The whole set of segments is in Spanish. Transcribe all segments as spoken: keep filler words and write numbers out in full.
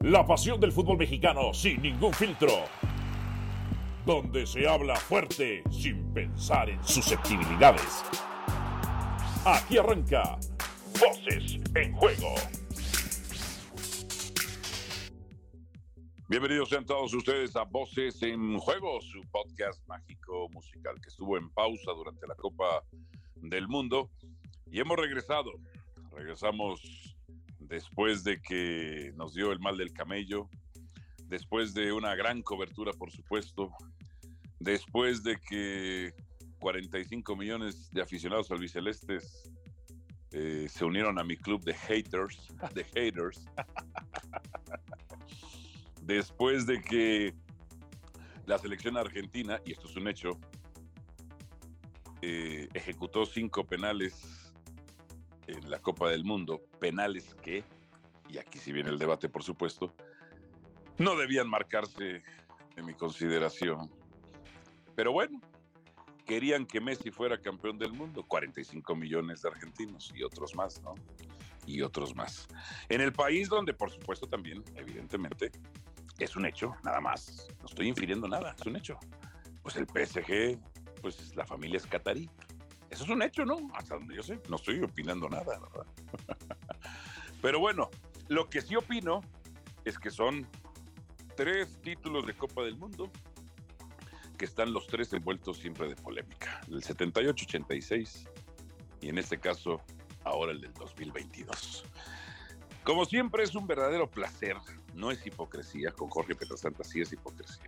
La pasión del fútbol mexicano sin ningún filtro. Donde se habla fuerte sin pensar en susceptibilidades. Aquí arranca Voces en Juego. Bienvenidos sean todos ustedes a Voces en Juego, su podcast mágico musical que estuvo en pausa durante la Copa del Mundo. Y hemos regresado. Regresamos después de que nos dio el mal del camello, después de una gran cobertura, por supuesto, después de que cuarenta y cinco millones de aficionados albicelestes eh, se unieron a mi club de haters, de haters, después de que la selección argentina, y esto es un hecho, eh, ejecutó cinco penales en la Copa del Mundo, penales que, y aquí sí viene el debate por supuesto, no debían marcarse en mi consideración. Pero bueno, querían que Messi fuera campeón del mundo, cuarenta y cinco millones de argentinos y otros más, ¿no? Y otros más. En el país donde por supuesto también, evidentemente, es un hecho, nada más, no estoy infiriendo nada, es un hecho. Pues el P S G, pues la familia es catarí. Eso es un hecho, ¿no? Hasta donde yo sé, no estoy opinando nada, ¿verdad? Pero bueno, lo que sí opino es que son tres títulos de Copa del Mundo que están los tres envueltos siempre de polémica. El setenta y ocho, ochenta y seis y en este caso, ahora el del dos mil veintidós. Como siempre es un verdadero placer, no es hipocresía, con Jorge Pietrasanta sí es hipocresía.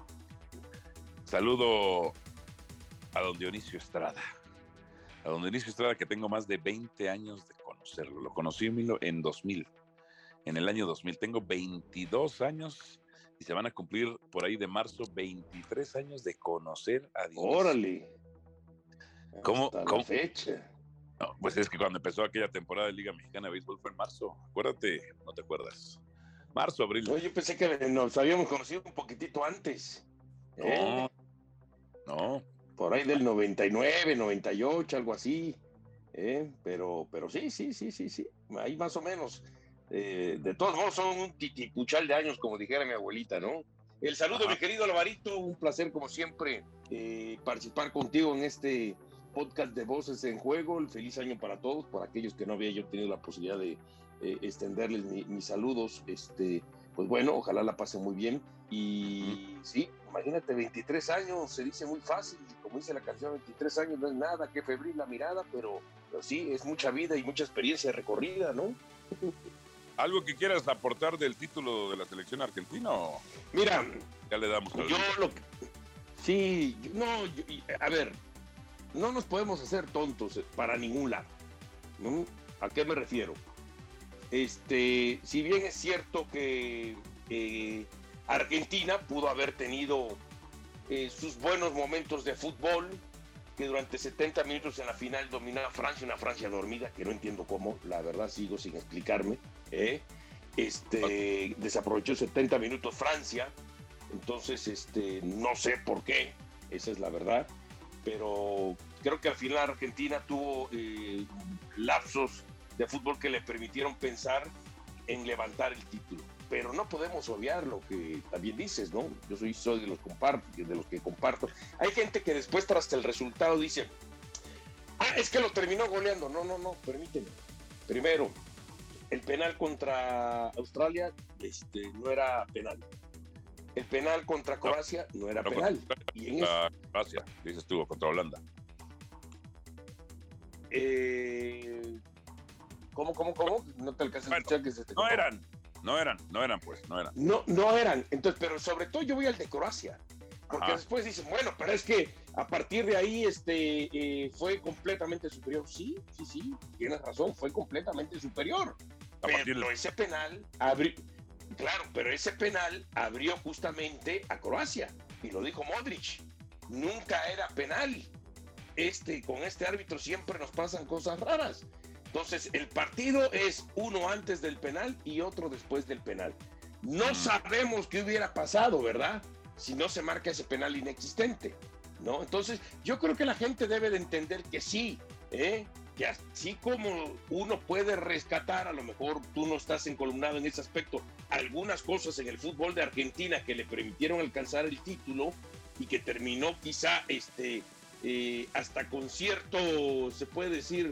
Saludo a don Dionisio Estrada. A don Dionisio Estrada, que tengo más de veinte años de conocerlo. Lo conocí en dos mil, en el año dos mil. Tengo veintidós años y se van a cumplir por ahí de marzo veintitrés años de conocer a Dionisio. ¡Órale! ¿Cómo? Hasta ¿Cómo? La fecha. No, pues es que cuando empezó aquella temporada de Liga Mexicana de Béisbol fue en marzo. Acuérdate, ¿no te acuerdas? Marzo, abril. No, yo pensé que nos habíamos conocido un poquitito antes. ¿eh? No, no. Por ahí del noventa y nueve, noventa y ocho, algo así. ¿eh? Pero, pero sí, sí, sí, sí, sí. Ahí más o menos. Eh, de todos modos son un titipuchal de años, como dijera mi abuelita, ¿no? El saludo, Ajá. Mi querido Alvarito. Un placer, como siempre, eh, participar contigo en este podcast de Voces en Juego. El feliz año para todos, para aquellos que no había yo tenido la posibilidad de eh, extenderles mi, mis saludos. Este, pues bueno, ojalá la pasen muy bien. Y sí, imagínate, veintitrés años, se dice muy fácil, como dice la canción, veintitrés años no es nada, qué febril la mirada, pero, pero sí, es mucha vida y mucha experiencia recorrida, ¿no? ¿Algo que quieras aportar del título de la selección argentina? O... Mira, ya le damos yo lo que... Sí, no, yo, a ver, no nos podemos hacer tontos para ningún lado, ¿no? ¿A qué me refiero? Este, si bien es cierto que eh, Argentina pudo haber tenido eh, sus buenos momentos de fútbol, que durante setenta minutos en la final dominaba a Francia, una Francia dormida, que no entiendo cómo, la verdad sigo sin explicarme, ¿eh? este, desaprovechó setenta minutos Francia, entonces este, no sé por qué, esa es la verdad, pero creo que al final Argentina tuvo eh, lapsos de fútbol que le permitieron pensar en levantar el título. Pero no podemos obviar lo que también dices, ¿no? Yo soy, soy de los comparto, de los que comparto. Hay gente que después, tras el resultado, dice, ah, es que lo terminó goleando. No, no, no, permíteme. Primero, el penal contra Australia este, no era penal. El penal contra Croacia no, no era no, penal. Contra, y en contra eso... Croacia, dices tú, contra Holanda. Eh... ¿Cómo, cómo, cómo? No te alcanzas bueno, a escuchar que se te No eran, no eran, no eran pues, no eran. No, no eran. Entonces, pero sobre todo yo voy al de Croacia. Porque Ajá. después dicen, bueno, pero es que a partir de ahí este, eh, fue completamente superior. Sí, sí, sí, tienes razón, fue completamente superior. A pero de... ese penal, abrió, claro, pero ese penal abrió justamente a Croacia. Y lo dijo Modric, nunca era penal. Este, con este árbitro siempre nos pasan cosas raras. Entonces, el partido es uno antes del penal y otro después del penal. No sabemos qué hubiera pasado, ¿verdad? Si no se marca ese penal inexistente, ¿no? Entonces, yo creo que la gente debe de entender que sí, ¿eh? que así como uno puede rescatar, a lo mejor tú no estás encolumnado en ese aspecto, algunas cosas en el fútbol de Argentina que le permitieron alcanzar el título y que terminó quizá este, eh, hasta con cierto, se puede decir,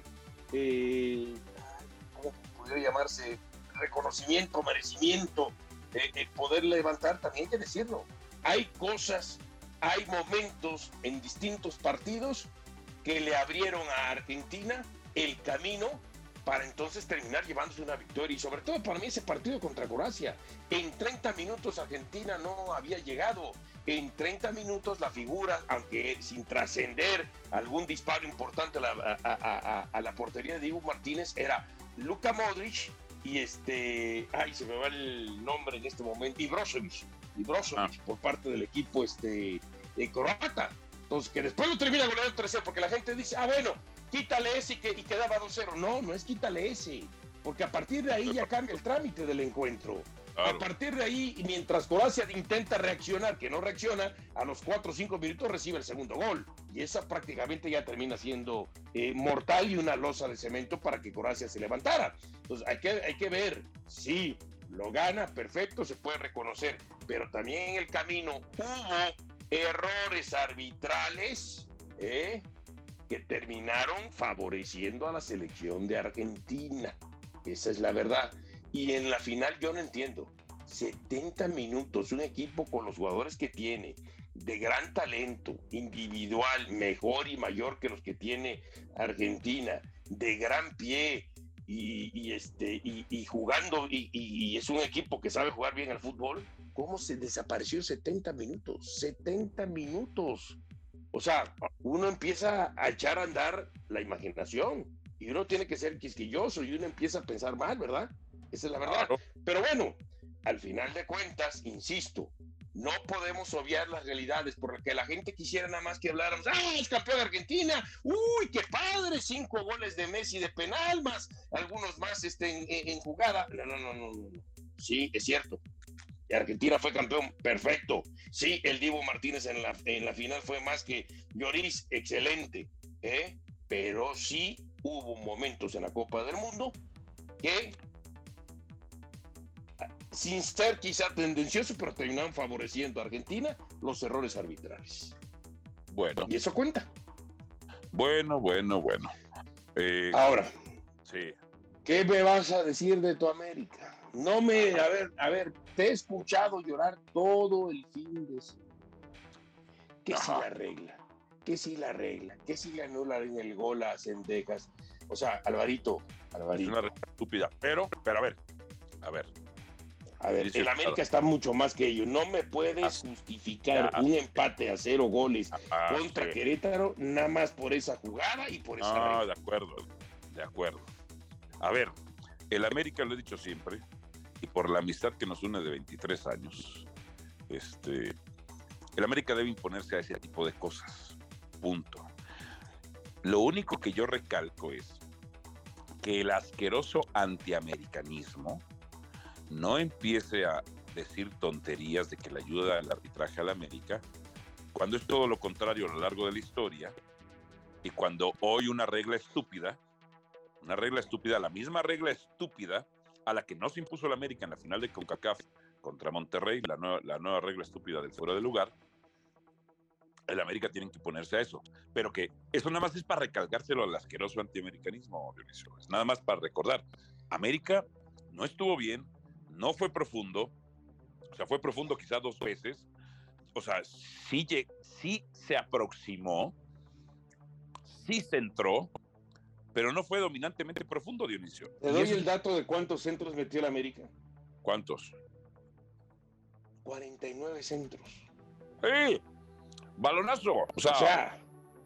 eh, ¿cómo podría llamarse? Reconocimiento, merecimiento, eh, el poder levantar, también hay que decirlo. Hay cosas, hay momentos en distintos partidos que le abrieron a Argentina el camino para entonces terminar llevándose una victoria. Y sobre todo para mí ese partido contra Croacia. En treinta minutos Argentina no había llegado. En treinta minutos la figura, aunque sin trascender algún disparo importante a la, a, a, a, a la portería de Diego Martínez, era Luka Modric y este, ay, se me va el nombre en este momento, y Brozovic, y Brozovic ah. por parte del equipo este, de croata. Entonces, que después lo termina goleando tres cero, porque la gente dice, ah, bueno, quítale ese y, que, y quedaba dos cero. No, no es quítale ese, porque a partir de ahí ya cambia el trámite del encuentro. Claro. A partir de ahí, mientras Croacia intenta reaccionar, que no reacciona, a los cuatro o cinco minutos recibe el segundo gol. Y esa prácticamente ya termina siendo eh, mortal y una losa de cemento para que Croacia se levantara. Entonces hay que, hay que ver, sí, lo gana, perfecto, se puede reconocer, pero también en el camino hubo errores arbitrales ¿eh? que terminaron favoreciendo a la selección de Argentina. Esa es la verdad. Y en la final yo no entiendo. setenta minutos, un equipo con los jugadores que tiene, de gran talento, individual, mejor y mayor que los que tiene Argentina, de gran pie y, y, este, y, y jugando, y, y, y es un equipo que sabe jugar bien al fútbol. ¿Cómo se desapareció setenta minutos? setenta minutos. O sea, uno empieza a echar a andar la imaginación y uno tiene que ser quisquilloso y uno empieza a pensar mal, ¿verdad? Esa es la verdad. Claro. Pero bueno, al final de cuentas, insisto, no podemos obviar las realidades porque la gente quisiera nada más que habláramos, ¡ah, es campeón de Argentina! ¡Uy, qué padre! Cinco goles de Messi de penal, más algunos más este, en, en, en jugada. No, no, no, no, no. Sí, es cierto. Argentina fue campeón, perfecto. Sí, el Dibu Martínez en la, en la final fue más que Lloris, excelente. ¿eh? Pero sí hubo momentos en la Copa del Mundo que, sin ser quizá tendencioso, pero terminaron favoreciendo a Argentina los errores arbitrales. Bueno. Y eso cuenta. Bueno, bueno, bueno. Eh, Ahora, sí. ¿Qué me vas a decir de tu América? No me, a ver, a ver, te he escuchado llorar todo el fin de semana. Que si la regla, que si la regla, que si le anulan en el gol a Cendejas. O sea, Alvarito, Alvarito. Es una regla estúpida, pero, pero a ver, a ver. A ver, el América está mucho más que ello. No me puedes justificar ah, un empate a cero goles ah, contra sí. Querétaro nada más por esa jugada y por esa Ah, regla. de acuerdo, de acuerdo. A ver, el América, lo he dicho siempre, y por la amistad que nos une de veintitrés años, este, el América debe imponerse a ese tipo de cosas, punto. Lo único que yo recalco es que el asqueroso antiamericanismo no empiece a decir tonterías de que le ayuda al arbitraje al América, cuando es todo lo contrario a lo largo de la historia, y cuando hoy una regla estúpida, una regla estúpida, la misma regla estúpida a la que no se impuso el América en la final de CONCACAF contra Monterrey, la nueva, la nueva regla estúpida del fuera de lugar, el América tiene que ponerse a eso. Pero que eso nada más es para recalcárselo al asqueroso antiamericanismo, Dionisio. Es nada más para recordar. América no estuvo bien, no fue profundo, o sea, fue profundo quizás dos veces, o sea, sí, sí se aproximó, sí centró, pero no fue dominantemente profundo, Dionisio. Te doy el dato de cuántos centros metió el América. ¿Cuántos? cuarenta y nueve centros. ¡Sí! ¡Balonazo! O sea, o sea,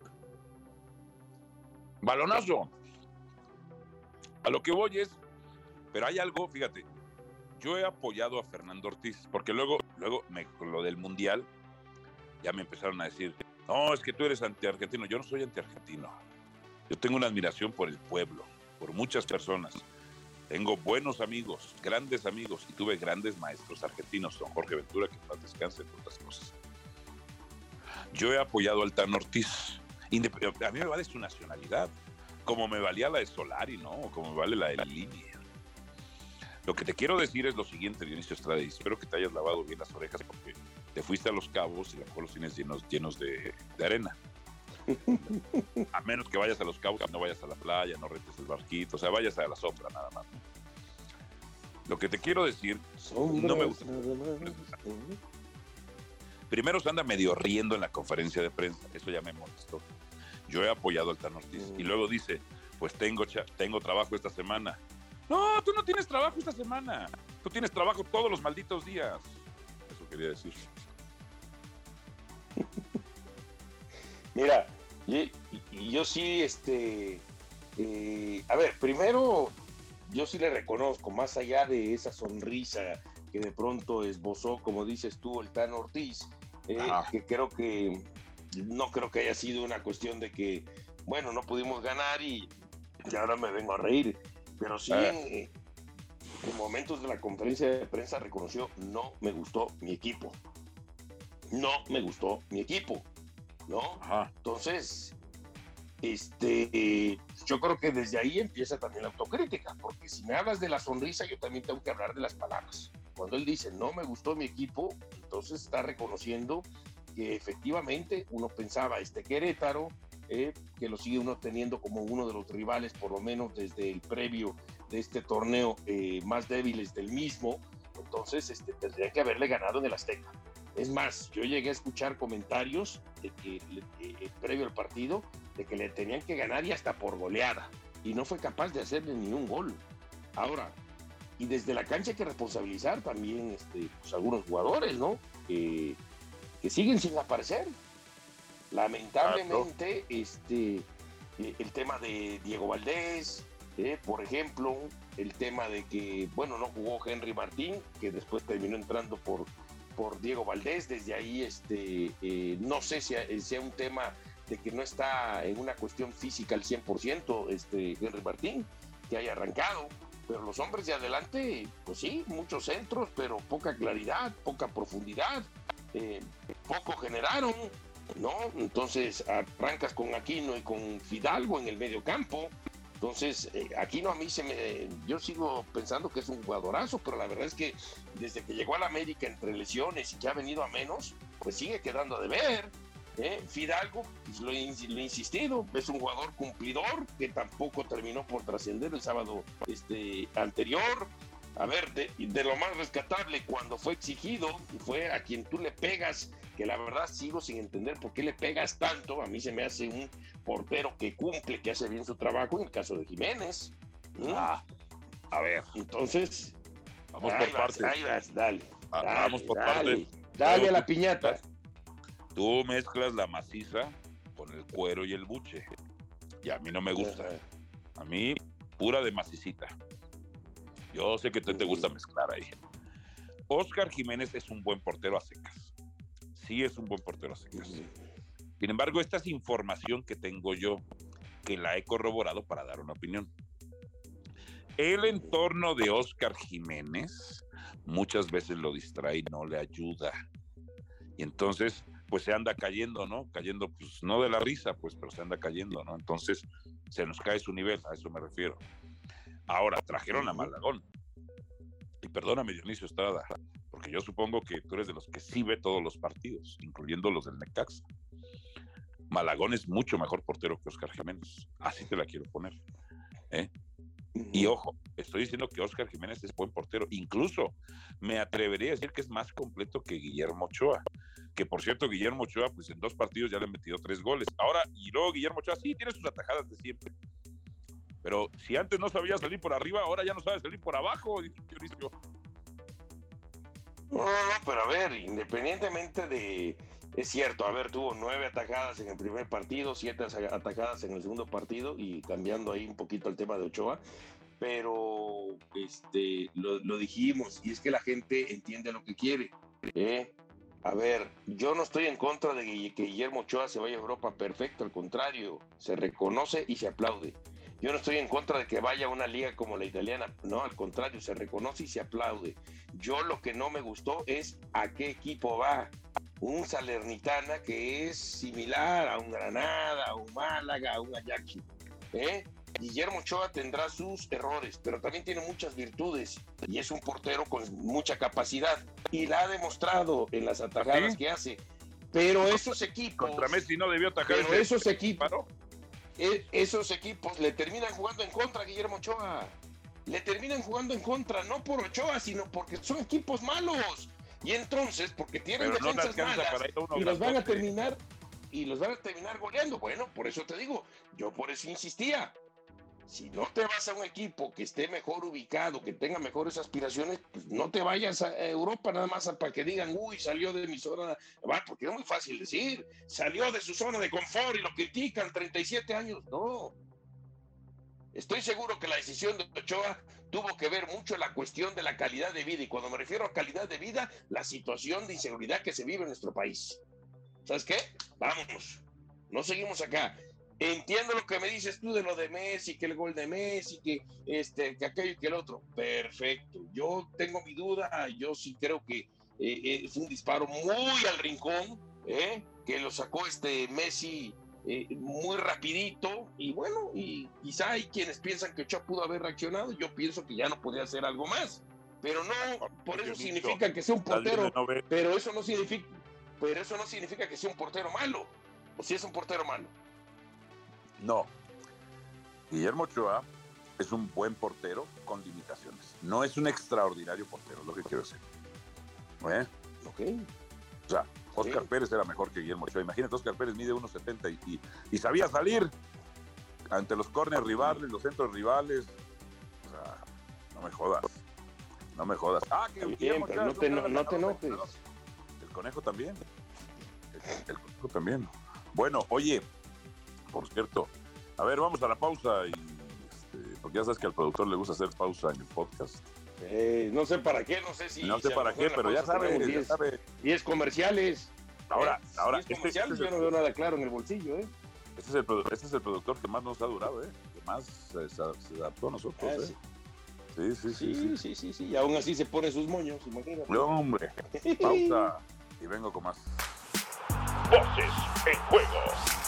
¡balonazo! A lo que voy es, pero hay algo, fíjate, yo he apoyado a Fernando Ortiz, porque luego, luego me, con lo del Mundial, ya me empezaron a decir, no, es que tú eres antiargentino. Yo no soy antiargentino. Yo tengo una admiración por el pueblo, por muchas personas. Tengo buenos amigos, grandes amigos, y tuve grandes maestros argentinos, don Jorge Ventura, que paz descanse, entre otras cosas. Yo he apoyado al Tan Ortiz. A mí me vale su nacionalidad. como me valía la de Solari, ¿no? O como me vale la de la línea. Lo que te quiero decir es lo siguiente, Dionisio Estrada, y espero que te hayas lavado bien las orejas porque te fuiste a Los Cabos y a lo mejor los tienes llenos, llenos de, de arena. A menos que vayas a Los Cabos, no vayas a la playa, no rentes el barquito, o sea, vayas a la sombra nada más, ¿no? Lo que te quiero decir, Sombras, no me gusta. Primero se anda medio riendo en la conferencia de prensa, eso ya me molestó. Yo he apoyado al Tan Ortiz. Mm. Y luego dice, pues tengo, tengo trabajo esta semana. No, tú no tienes trabajo esta semana. Tú tienes trabajo todos los malditos días. Eso quería decir. Mira, yo, yo sí, este... Eh, a ver, primero, yo sí le reconozco, más allá de esa sonrisa que de pronto esbozó, como dices tú, el Tan Ortiz, eh, que creo que... No creo que haya sido una cuestión de que, bueno, no pudimos ganar y, y ahora me vengo a reír. Pero sí, ah. en, en momentos de la conferencia de prensa reconoció, no me gustó mi equipo. No me gustó mi equipo, ¿no? Ajá. Entonces, este, yo creo que desde ahí empieza también la autocrítica, porque si me hablas de la sonrisa, yo también tengo que hablar de las palabras. Cuando él dice, no me gustó mi equipo, entonces está reconociendo que efectivamente uno pensaba este Querétaro, eh, que lo sigue uno teniendo como uno de los rivales, por lo menos desde el previo de este torneo, eh, más débiles del mismo, entonces este, tendría que haberle ganado en el Azteca. Es más, yo llegué a escuchar comentarios de que, eh, previo al partido, de que le tenían que ganar y hasta por goleada, y no fue capaz de hacerle ni un gol. Ahora, y desde la cancha hay que responsabilizar también este, pues, algunos jugadores, ¿no? Eh, que siguen sin aparecer. Lamentablemente, ah, no. este, eh, el tema de Diego Valdés, eh, por ejemplo, el tema de que, bueno, no jugó Henry Martín, que después terminó entrando por, por Diego Valdés, desde ahí, este, eh, no sé si sea un tema de que no está en una cuestión física al cien por ciento, este, Henry Martín, que haya arrancado, pero los hombres de adelante, pues sí, muchos centros, pero poca claridad, poca profundidad. Eh, poco generaron, ¿no? Entonces arrancas con Aquino y con Fidalgo en el medio campo. Entonces, eh, Aquino a mí se me... Yo sigo pensando que es un jugadorazo, pero la verdad es que desde que llegó a la América entre lesiones y que ha venido a menos, pues sigue quedando a deber. ¿eh? Fidalgo, pues lo, he, lo he insistido, es un jugador cumplidor que tampoco terminó por trascender el sábado este, anterior. A ver, de, de lo más rescatable cuando fue exigido, fue a quien tú le pegas, que la verdad sigo sin entender por qué le pegas tanto. A mí se me hace un portero que cumple, que hace bien su trabajo, en el caso de Jiménez. ¿Mm? Ah, a ver, entonces... Vamos por partes. Ahí vas, dale. Ah, dale vamos por dale, partes. Dale Pero a la tú, piñata. Tú mezclas la maciza con el cuero y el buche. Y a mí no me gusta. A mí, pura de macicita. Yo sé que te, te gusta mezclar ahí. Óscar Jiménez es un buen portero a secas. Sí es un buen portero a secas. Sin embargo, esta es información que tengo yo, que la he corroborado para dar una opinión. El entorno de Óscar Jiménez muchas veces lo distrae y no le ayuda. Y entonces, pues se anda cayendo, ¿no? Cayendo, pues no de la risa, pues, pero se anda cayendo, ¿no? Entonces, se nos cae su nivel, a eso me refiero. Ahora, trajeron a Malagón. Y perdóname, Dionisio Estrada, porque yo supongo que tú eres de los que sí ve todos los partidos, incluyendo los del Necaxa. Malagón es mucho mejor portero que Óscar Jiménez. Así te la quiero poner. ¿eh? Y ojo, estoy diciendo que Óscar Jiménez es buen portero. Incluso me atrevería a decir que es más completo que Guillermo Ochoa. Que por cierto, Guillermo Ochoa, pues en dos partidos ya le han metido tres goles. Ahora, y luego Guillermo Ochoa sí tiene sus atajadas de siempre. Pero si antes no sabía salir por arriba, ahora ya no sabe salir por abajo, Dionisio. No, no, pero a ver, independientemente de... Es cierto, a ver, tuvo nueve atajadas en el primer partido, siete atajadas en el segundo partido, y cambiando ahí un poquito el tema de Ochoa, pero este, lo, lo dijimos, y es que la gente entiende lo que quiere. ¿eh? A ver, yo no estoy en contra de que Guillermo Ochoa se vaya a Europa, perfecto, al contrario, se reconoce y se aplaude. Yo no estoy en contra de que vaya a una liga como la italiana, no, al contrario, se reconoce y se aplaude. Yo lo que no me gustó es a qué equipo va. Un Salernitana que es similar a un Granada, a un Málaga, a un Ajax. ¿eh? Guillermo Ochoa tendrá sus errores, pero también tiene muchas virtudes y es un portero con mucha capacidad y la ha demostrado en las atajadas ¿Sí? que hace. Pero esos equipos... Contra Messi no debió atajar. Pero ese, esos equipos... ¿paró? Esos equipos le terminan jugando en contra a Guillermo Ochoa. Le terminan jugando en contra, no por Ochoa, sino porque son equipos malos. Y entonces, porque tienen Pero no defensas alcanza malas, para ir a uno y los van a grandote. terminar, y los van a terminar goleando. Bueno, por eso te digo, yo por eso insistía. Si no te vas a un equipo que esté mejor ubicado, que tenga mejores aspiraciones, pues no te vayas a Europa nada más para que digan, uy, salió de mi zona, va, porque es muy fácil decir, salió de su zona de confort y lo critican, treinta y siete años, no. Estoy seguro que la decisión de Ochoa tuvo que ver mucho en la cuestión de la calidad de vida, y cuando me refiero a calidad de vida, la situación de inseguridad que se vive en nuestro país. ¿Sabes qué? Vámonos, no seguimos acá. Entiendo lo que me dices tú de lo de Messi, que el gol de Messi, que, este, que aquello y que el otro. Perfecto. Yo tengo mi duda, yo sí creo que eh, eh, fue un disparo muy al rincón, eh, que lo sacó este Messi eh, muy rapidito, y bueno, y quizá hay quienes piensan que Ochoa pudo haber reaccionado, yo pienso que ya no podía hacer algo más, pero no, por eso significa que sea un portero, pero eso no significa, pero eso no significa que sea un portero malo, o si es un portero malo. No. Guillermo Ochoa es un buen portero con limitaciones. No es un extraordinario portero, lo que quiero decir. ¿Eh? Ok. O sea, Óscar Sí. Pérez era mejor que Guillermo Ochoa. Imagínate, Óscar Pérez mide uno setenta y, y, y sabía salir ante los córneres rivales, los centros rivales. O sea, no me jodas. No me jodas. Ah, que Bien, Guillermo pero Ochoa no es te, un no, gran no te ganador, enojes. El Conejo también. El, el Conejo también. Bueno, oye, por cierto, a ver, vamos a la pausa y este, porque ya sabes que al productor le gusta hacer pausa en el podcast. Eh, no sé para qué, no sé si... No sé si para qué, pero ya sabes, ya sabes. diez comerciales. Ahora, eh, ahora, diez este, comerciales, este es yo el, no veo nada claro en el bolsillo, ¿eh? este, es el, este es el productor que más nos ha durado, ¿eh? Que más se, se adaptó a nosotros, Ah, ¿eh? sí. Sí, sí, sí, Sí, sí. sí, sí, sí, y aún así se pone sus moños, imagínate. No, hombre, pausa y vengo con más. Voces en Juego.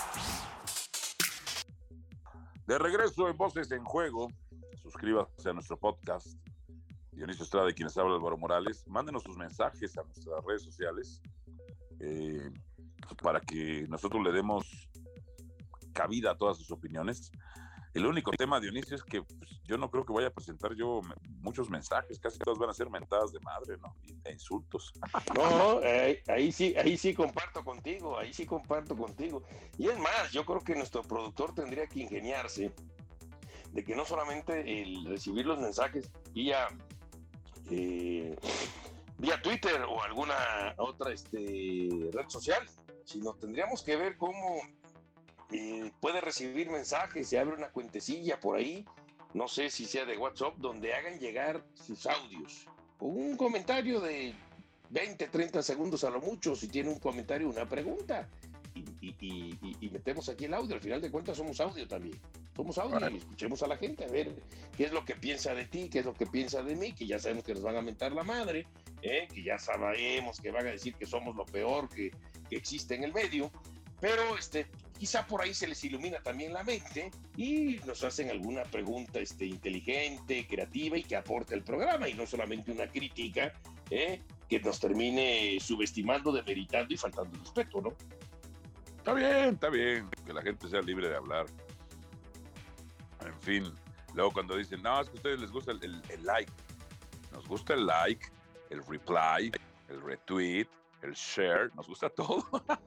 De regreso en Voces en Juego, suscríbase a nuestro podcast. Dionisio Estrada y quienes habla Álvaro Morales. Mándenos sus mensajes a nuestras redes sociales eh, para que nosotros le demos cabida a todas sus opiniones. El único tema, Dionisio, es que pues, yo no creo que vaya a presentar yo me, muchos mensajes, casi todas van a ser mentadas de madre, ¿no? E insultos. No, eh, ahí sí, ahí sí comparto contigo, ahí sí comparto contigo. Y es más, yo creo que nuestro productor tendría que ingeniarse de que no solamente el recibir los mensajes vía, eh, vía Twitter o alguna otra este, red social, sino tendríamos que ver cómo eh, puede recibir mensajes, se abre una cuentecilla por ahí, no sé si sea de WhatsApp, donde hagan llegar sus audios. Un comentario de veinte, treinta segundos a lo mucho, si tiene un comentario, una pregunta. Y, y, y, y metemos aquí el audio. Al final de cuentas somos audio también. Somos audio y escuchemos a la gente a ver qué es lo que piensa de ti, qué es lo que piensa de mí, que ya sabemos que nos van a mentar la madre, ¿eh? Que ya sabemos que van a decir que somos lo peor que, que existe en el medio. Pero este, quizá por ahí se les ilumina también la mente y nos hacen alguna pregunta este, inteligente, creativa y que aporte al programa y no solamente una crítica ¿eh? que nos termine subestimando, demeritando y faltando el respeto, ¿no? Está bien, está bien, que la gente sea libre de hablar. En fin, luego cuando dicen, no, es que a ustedes les gusta el, el, el like. Nos gusta el like, el reply, el retweet, el share, nos gusta todo.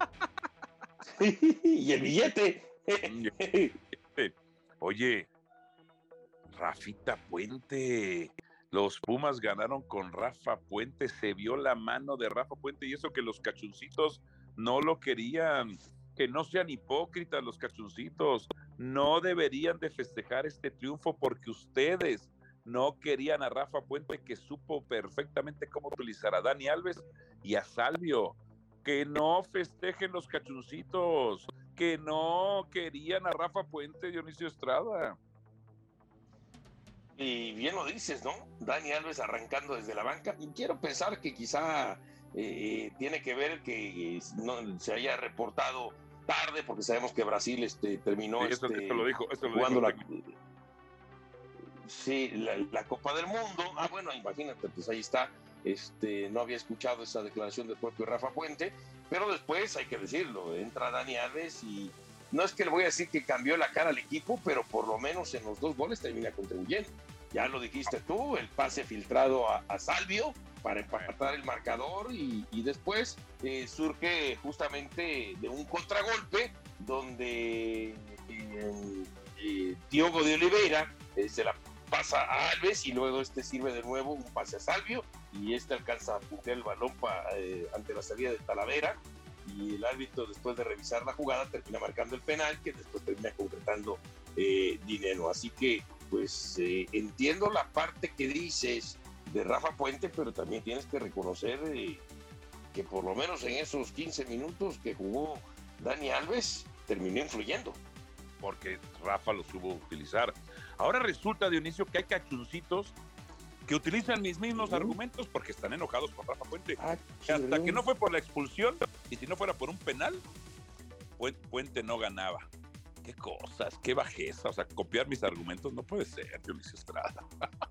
Y el billete. Oye, Rafita Puente, los Pumas ganaron con Rafa Puente, se vio la mano de Rafa Puente y eso que los cachuncitos no lo querían, que no sean hipócritas los cachuncitos, no deberían de festejar este triunfo porque ustedes no querían a Rafa Puente, que supo perfectamente cómo utilizar a Dani Alves y a Salvio. Que no festejen los cachuncitos, que no querían a Rafa Puente, Dionisio Estrada. Y bien lo dices, ¿no? Dani Alves arrancando desde la banca. Y quiero pensar que quizá eh, tiene que ver que no se haya reportado tarde, porque sabemos que Brasil este, terminó Sí, eso, este, eso lo dijo, eso lo jugando dijo la, Sí, la, la Copa del Mundo. Ah, bueno, imagínate, pues ahí está. Este, no había escuchado esa declaración del propio Rafa Puente, pero después hay que decirlo, entra Dani Alves y no es que le voy a decir que cambió la cara al equipo, pero por lo menos en los dos goles termina contribuyendo. Ya lo dijiste tú, el pase filtrado a, a Salvio para empatar el marcador y, y después eh, surge justamente de un contragolpe donde eh, eh, Diogo de Oliveira eh, se la pasa a Alves y luego este sirve de nuevo un pase a Salvio y este alcanza a puntear el balón pa, eh, ante la salida de Talavera y el árbitro después de revisar la jugada termina marcando el penal que después termina concretando eh, Dineno. Así que pues eh, entiendo la parte que dices de Rafa Puente, pero también tienes que reconocer eh, que por lo menos en esos quince minutos que jugó Dani Alves terminó influyendo. Porque Rafa lo supo utilizar. Ahora resulta, Dionisio, que hay cachuncitos que utilizan mis mismos uh-huh. argumentos porque están enojados con Rafa Puente. Ah, hasta que no fue por la expulsión, y si no fuera por un penal, Puente no ganaba. Qué cosas, qué bajeza. O sea, copiar mis argumentos no puede ser, Dionisio Estrada.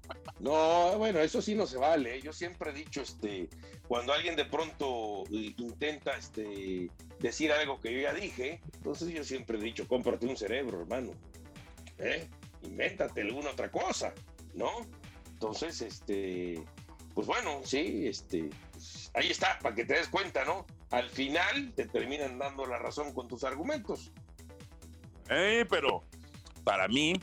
No, bueno, eso sí no se vale. Yo siempre he dicho, este, cuando alguien de pronto intenta este, decir algo que yo ya dije, entonces yo siempre he dicho, cómprate un cerebro, hermano. ¿Eh? Invéntate alguna otra cosa, ¿no? Entonces, este, pues bueno, sí, este, ahí está, para que te des cuenta, ¿no? Al final te terminan dando la razón con tus argumentos. Eh, pero para mí,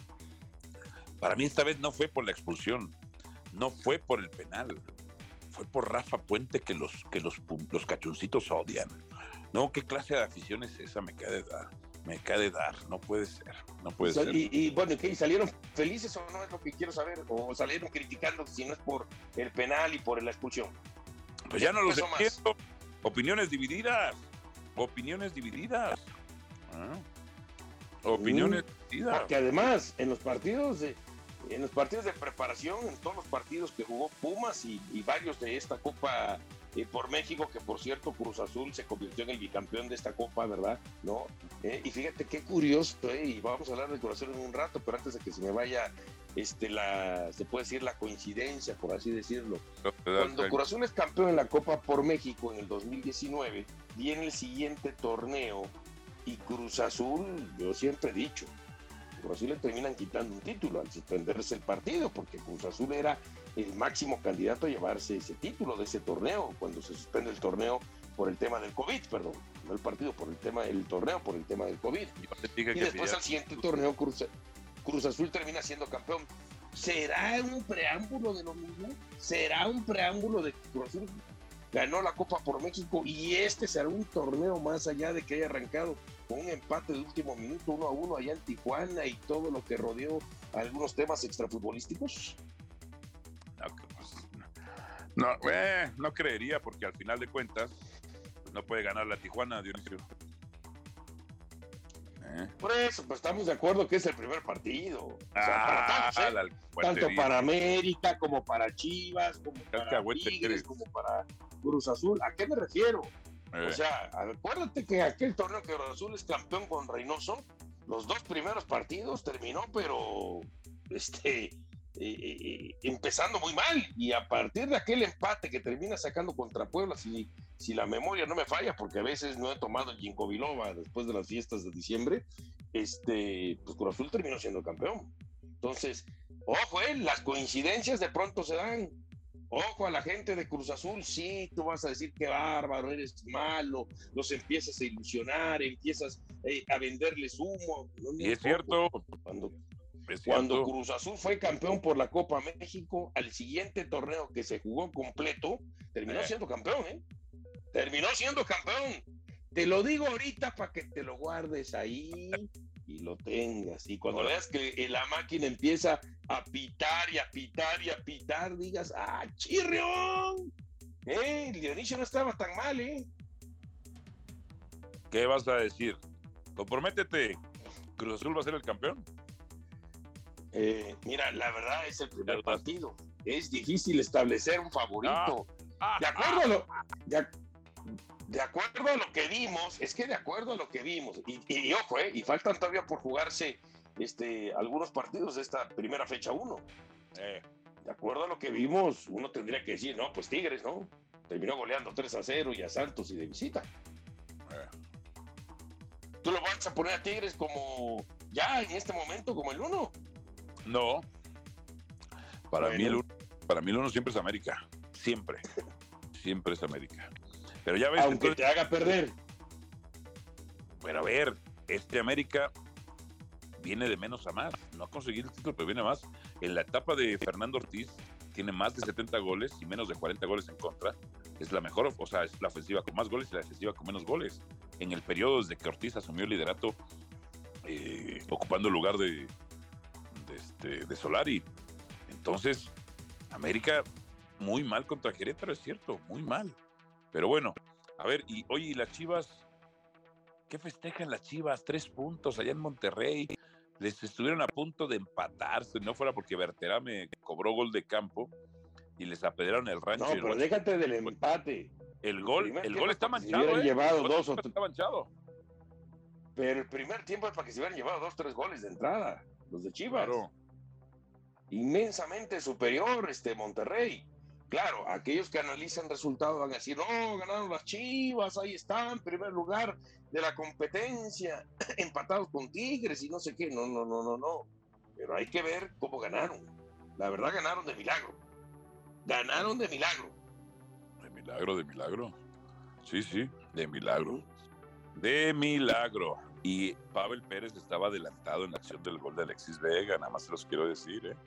para mí esta vez no fue por la expulsión, no fue por el penal, fue por Rafa Puente que los, que los, los cachuncitos odian. No, ¿qué clase de afición es esa? Me cae de dar, me cae de dar, no puede ser, no puede y, ser. Y, y bueno, ¿qué? ¿Salieron felices o no? Es lo que quiero saber, o salieron criticando si no es por el penal y por la expulsión. Pues ya no los entiendo. Opiniones divididas, opiniones divididas. ¿Ah? Opiniones mm, divididas. Porque además, en los partidos de en los partidos de preparación, en todos los partidos que jugó Pumas y, y varios de esta Copa eh, por México, que por cierto Cruz Azul se convirtió en el bicampeón de esta Copa, ¿verdad? ¿No? Eh, y fíjate qué curioso, eh, y vamos a hablar de Cruz Azul en un rato, pero antes de que se me vaya, este, la, se puede decir la coincidencia, por así decirlo. Cuando Cruz Azul es campeón en la Copa por México en el dos mil diecinueve, viene el siguiente torneo y Cruz Azul, yo siempre he dicho, Cruz Azul le terminan quitando un título al suspenderse el partido, porque Cruz Azul era el máximo candidato a llevarse ese título de ese torneo, cuando se suspende el torneo por el tema del COVID, perdón, no el partido, por el tema del torneo, por el tema del COVID. Y después al siguiente torneo Cruz, Cruz Azul termina siendo campeón. ¿Será un preámbulo de lo mismo? ¿Será un preámbulo de que Cruz Azul ganó la Copa por México y este será un torneo más allá de que haya arrancado con un empate de último minuto uno a uno allá en Tijuana y todo lo que rodeó algunos temas extrafutbolísticos? No, pues, no, eh, no creería, porque al final de cuentas no puede ganar la Tijuana, Dionisio. ¿Eh? Por eso, pues estamos de acuerdo que es el primer partido. O sea, ah, para todos, ¿eh? Tanto para América como para Chivas, como para Tigres, como para Cruz Azul. ¿A qué me refiero? Eh. O sea, acuérdate que aquel torneo que Cruz Azul es campeón con Reynoso, los dos primeros partidos terminó, pero este eh, eh, empezando muy mal. Y a partir de aquel empate que termina sacando contra Puebla, si, si la memoria no me falla, porque a veces no he tomado el Ginkgo biloba después de las fiestas de diciembre, este, pues Cruz Azul terminó siendo campeón. Entonces, ojo, eh, las coincidencias de pronto se dan. Ojo a la gente de Cruz Azul, sí, tú vas a decir que bárbaro, eres malo, los empiezas a ilusionar, empiezas eh, a venderles humo. No, no, y es cierto. Cuando, es cuando cierto. Cruz Azul fue campeón por la Copa México, al siguiente torneo que se jugó completo, terminó eh. siendo campeón, ¿eh? Terminó siendo campeón. Te lo digo ahorita para que te lo guardes ahí y lo tengas. Y cuando veas que la máquina empieza a pitar y a pitar y a pitar, digas, ¡ah, chirrión! Eh, Dionisio no estaba tan mal, ¿eh? ¿Qué vas a decir? Comprométete. ¿Cruz Azul va a ser el campeón? Eh, mira, la verdad es el primer partido. Es difícil establecer un favorito. Ah, de acuerdo ah, a lo... De, de acuerdo a lo que vimos, es que de acuerdo a lo que vimos, y, y, y ojo, eh, y faltan todavía por jugarse este, algunos partidos de esta primera fecha uno. Eh, De acuerdo a lo que vimos, uno tendría que decir, no, pues Tigres, ¿no? Terminó goleando tres a cero y a Santos y de visita. eh. ¿Tú lo vas a poner a Tigres como, ya en este momento, como el uno? No. Para, Bueno. mí el, uno- para mí el uno siempre es América. Siempre. Siempre es América. Pero ya ves, Aunque entonces, te haga perder. pero a ver, este América viene de menos a más. No ha conseguido el título, pero viene a más. En la etapa de Fernando Ortiz, tiene más de setenta goles y menos de cuarenta goles en contra. Es la mejor, o sea, es la ofensiva con más goles y la defensiva con menos goles. En el periodo desde que Ortiz asumió el liderato, eh, ocupando el lugar de, de, este, de Solari. Entonces, América muy mal contra Querétaro, es cierto, muy mal. Pero bueno, a ver, y oye, ¿y las Chivas? ¿Qué festejan las Chivas? Tres puntos allá en Monterrey. Les estuvieron a punto de empatarse, no fuera porque Berterame cobró gol de campo y les apedrearon el rancho. No, y el pero Guacho- déjate del empate. el gol, primer el tiempo gol está para que se manchado, hubieran ¿eh? llevado El gol dos o está manchado. Pero el primer tiempo es para que se hubieran llevado dos, tres goles de entrada. Los de Chivas. Claro. Inmensamente superior este Monterrey. Claro, aquellos que analizan resultados van a decir, no, ganaron las Chivas, ahí están, primer lugar de la competencia, empatados con Tigres y no sé qué. No, no, no, no, no. Pero hay que ver cómo ganaron. La verdad ganaron de milagro. Ganaron de milagro. De milagro, de milagro. Sí, sí, de milagro. De milagro. Y Pavel Pérez estaba adelantado en la acción del gol de Alexis Vega, nada más se los quiero decir, ¿eh?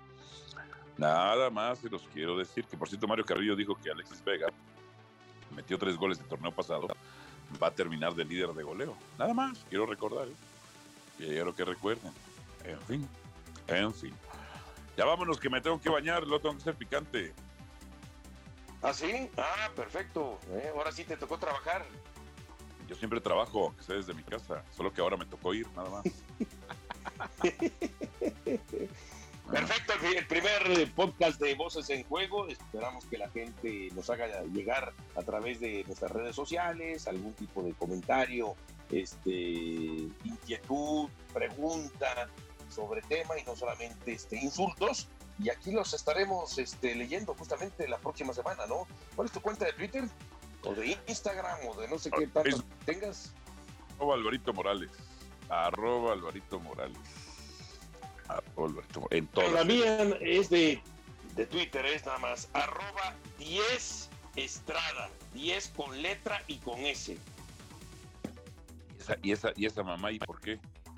Nada más se los quiero decir. Que por cierto, Mario Carrillo dijo que Alexis Vega metió tres goles el torneo pasado, va a terminar de líder de goleo. Nada más, quiero recordar, ¿eh? Quiero que recuerden. En fin, en fin. Ya vámonos, que me tengo que bañar, lo tengo que ser picante. ¿Ah, sí? Ah, perfecto. Eh, ahora sí te tocó trabajar. Yo siempre trabajo, aunque sea desde mi casa, solo que ahora me tocó ir, nada más. Perfecto, el primer podcast de Voces en Juego. Esperamos que la gente nos haga llegar a través de nuestras redes sociales algún tipo de comentario, este, inquietud, pregunta sobre tema y no solamente este, insultos. Y aquí los estaremos este, leyendo justamente la próxima semana, ¿no? ¿Cuál es tu cuenta de Twitter? O de Instagram, o de no sé qué tanto Es- tengas. Arroba Alvarito Morales. Arroba Alvarito Morales. Arroba Alvarito Morales. En Pero todas. la mía es de, de Twitter, es nada más arroba diez Estrada, diez con letra y con S. Y esa, y esa, y esa mamá, ¿y por qué?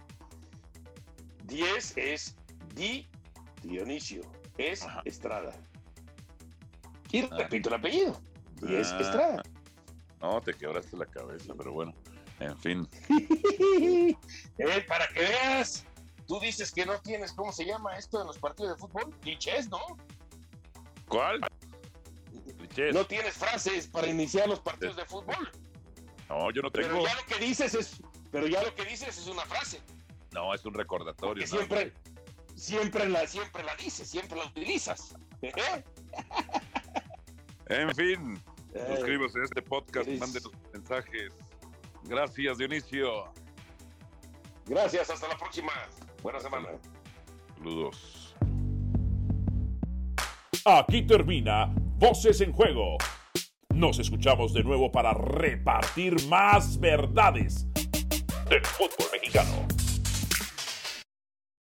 diez es Di Dionisio, es Ajá. Estrada. Y Ah. repito el apellido, diez Ah. Estrada. No, te quebraste la cabeza, pero bueno. En fin. Eh, para que veas, tú dices que no tienes, ¿cómo se llama esto en los partidos de fútbol? Clichés, ¿no? ¿Cuál? Clichés. No tienes frases para iniciar los partidos de fútbol. No, yo no Pero tengo. ya lo que dices es, pero ya lo que dices es una frase. No, es un recordatorio. Que nada más. siempre, siempre la, siempre la dices, siempre la utilizas. ¿Eh? En fin. Eh, Suscríbase a este podcast, eres- mándenos mensajes. Gracias, Dionisio. Gracias, hasta la próxima. Buena semana. Saludos. Aquí termina Voces en Juego. Nos escuchamos de nuevo para repartir más verdades del fútbol mexicano.